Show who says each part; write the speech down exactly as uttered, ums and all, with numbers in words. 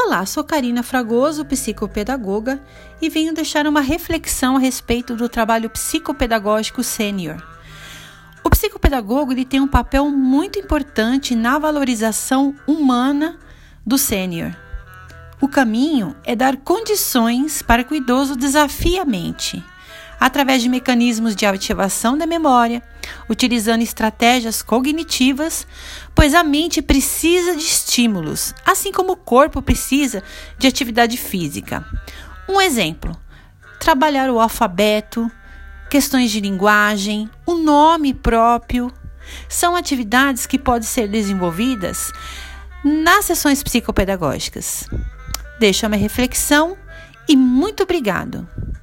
Speaker 1: Olá, sou Karina Fragoso, psicopedagoga, e venho deixar uma reflexão a respeito do trabalho psicopedagógico sênior. O psicopedagogo ele tem um papel muito importante na valorização humana do sênior. O caminho é dar condições para que o idoso desafie a mente, através de mecanismos de ativação da memória, utilizando estratégias cognitivas, pois a mente precisa de estímulos, assim como o corpo precisa de atividade física. Um exemplo: trabalhar o alfabeto, questões de linguagem, o nome próprio, são atividades que podem ser desenvolvidas nas sessões psicopedagógicas. Deixo a minha reflexão e muito obrigado.